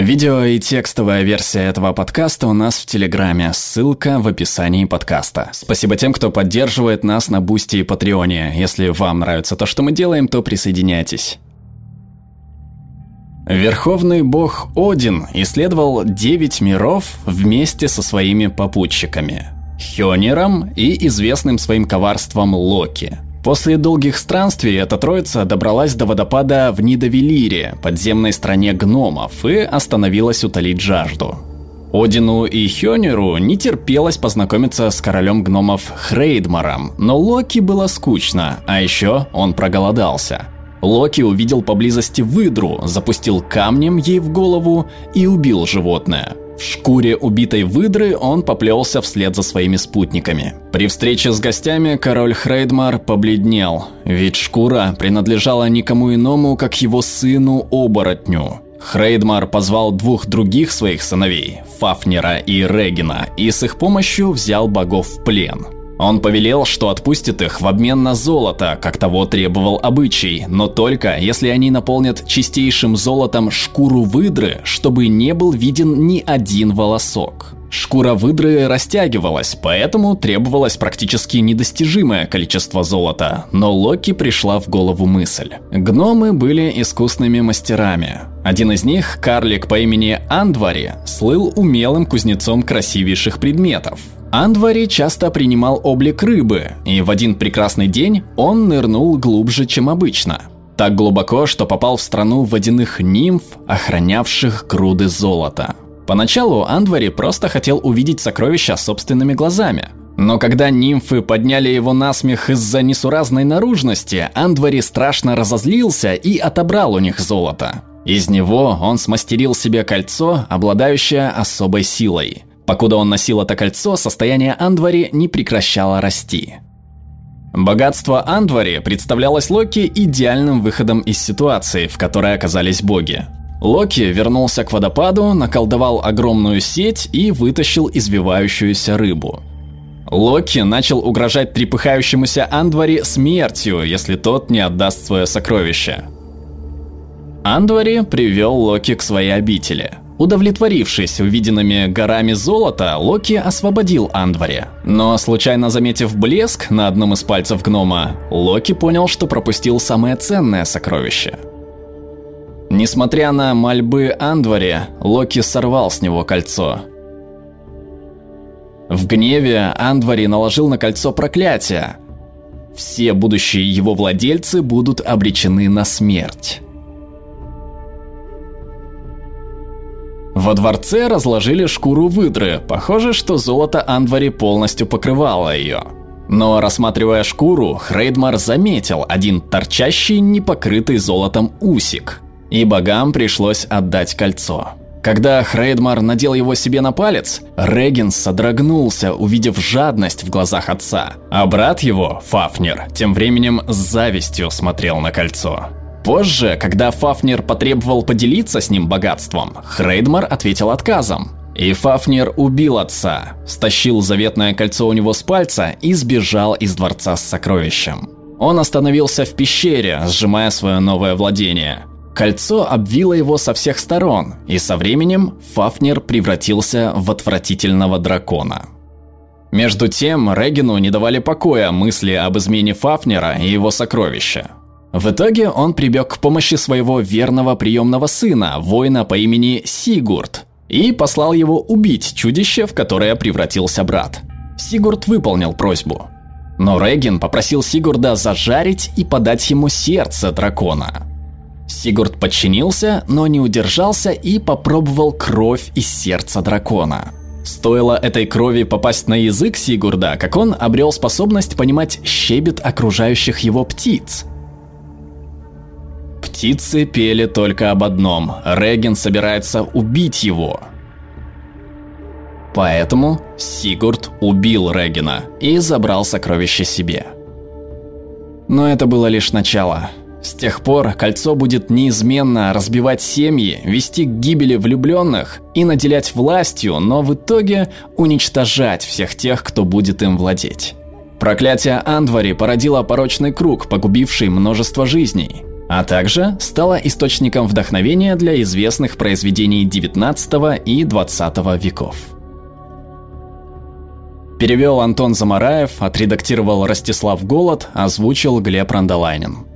Видео и текстовая версия этого подкаста у нас в Телеграме, ссылка в описании подкаста. Спасибо тем, кто поддерживает нас на Бусти и Патреоне. Если вам нравится то, что мы делаем, то присоединяйтесь. Верховный бог Один исследовал 9 миров вместе со своими попутчиками – Хёниром и известным своим коварством Локи. После долгих странствий эта троица добралась до водопада в Нидовелире, подземной стране гномов, и остановилась утолить жажду. Одину и Хёниру не терпелось познакомиться с королем гномов Хрейдмаром, но Локи было скучно, а еще он проголодался. Локи увидел поблизости выдру, запустил камнем ей в голову и убил животное. В шкуре убитой выдры он поплелся вслед за своими спутниками. При встрече с гостями король Хрейдмар побледнел, ведь шкура принадлежала никому иному, как его сыну-оборотню. Хрейдмар позвал 2 других своих сыновей, Фафнира и Регина, и с их помощью взял богов в плен. Он повелел, что отпустит их в обмен на золото, как того требовал обычай, но только если они наполнят чистейшим золотом шкуру выдры, чтобы не был виден ни один волосок. Шкура выдры растягивалась, поэтому требовалось практически недостижимое количество золота, но Локи пришла в голову мысль. Гномы были искусными мастерами. Один из них, карлик по имени Андвари, слыл умелым кузнецом красивейших предметов. Андвари часто принимал облик рыбы, и в один прекрасный день он нырнул глубже, чем обычно. Так глубоко, что попал в страну водяных нимф, охранявших груды золота. Поначалу Андвари просто хотел увидеть сокровища собственными глазами. Но когда нимфы подняли его на смех из-за несуразной наружности, Андвари страшно разозлился и отобрал у них золото. Из него он смастерил себе кольцо, обладающее особой силой. Покуда он носил это кольцо, состояние Андвари не прекращало расти. Богатство Андвари представлялось Локи идеальным выходом из ситуации, в которой оказались боги. Локи вернулся к водопаду, наколдовал огромную сеть и вытащил извивающуюся рыбу. Локи начал угрожать трепыхающемуся Андвари смертью, если тот не отдаст свое сокровище. Андвари привел Локи к своей обители. Удовлетворившись увиденными горами золота, Локи освободил Андвари. Но, случайно заметив блеск на одном из пальцев гнома, Локи понял, что пропустил самое ценное сокровище. Несмотря на мольбы Андвари, Локи сорвал с него кольцо. В гневе Андвари наложил на кольцо проклятие. Все будущие его владельцы будут обречены на смерть. Во дворце разложили шкуру выдры, похоже, что золото Андвари полностью покрывало ее. Но рассматривая шкуру, Хрейдмар заметил один торчащий, непокрытый золотом усик, и богам пришлось отдать кольцо. Когда Хрейдмар надел его себе на палец, Регин содрогнулся, увидев жадность в глазах отца, а брат его, Фафнир, тем временем с завистью смотрел на кольцо. Позже, когда Фафнир потребовал поделиться с ним богатством, Хрейдмар ответил отказом. И Фафнир убил отца, стащил заветное кольцо у него с пальца и сбежал из дворца с сокровищем. Он остановился в пещере, сжимая свое новое владение. Кольцо обвило его со всех сторон, и со временем Фафнир превратился в отвратительного дракона. Между тем, Регину не давали покоя мысли об измене Фафнира и его сокровища. В итоге он прибег к помощи своего верного приемного сына, воина по имени Сигурд, и послал его убить чудище, в которое превратился брат. Сигурд выполнил просьбу. Но Регин попросил Сигурда зажарить и подать ему сердце дракона. Сигурд подчинился, но не удержался и попробовал кровь из сердца дракона. Стоило этой крови попасть на язык Сигурда, как он обрел способность понимать щебет окружающих его птиц. Птицы пели только об одном – Регин собирается убить его. Поэтому Сигурд убил Регина и забрал сокровище себе. Но это было лишь начало. С тех пор кольцо будет неизменно разбивать семьи, вести к гибели влюбленных и наделять властью, но в итоге уничтожать всех тех, кто будет им владеть. Проклятие Андвари породило порочный круг, погубивший множество жизней. а также стала источником вдохновения для известных произведений XIX и XX веков. Перевел Антон Замараев, отредактировал Ростислав Голод, озвучил Глеб Рандолайнин.